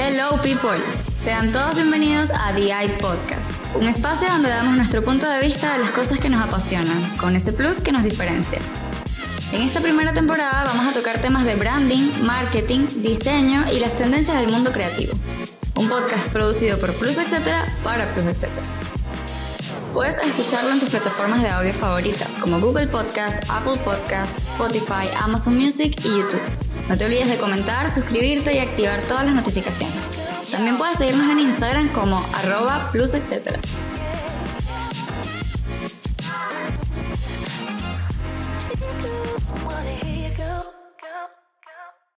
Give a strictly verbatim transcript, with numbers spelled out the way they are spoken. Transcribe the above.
Hello people, sean todos bienvenidos a The I Podcast, un espacio donde damos nuestro punto de vista de las cosas que nos apasionan, con ese plus que nos diferencia. En esta primera temporada vamos a tocar temas de branding, marketing, diseño y las tendencias del mundo creativo. Un podcast producido por Plus Etcétera para Plus Etcétera. Puedes escucharlo en tus plataformas de audio favoritas como Google Podcast, Apple Podcast, Spotify, Amazon Music y YouTube. No te olvides de comentar, suscribirte y activar todas las notificaciones. También puedes seguirnos en Instagram como arroba plus etcétera.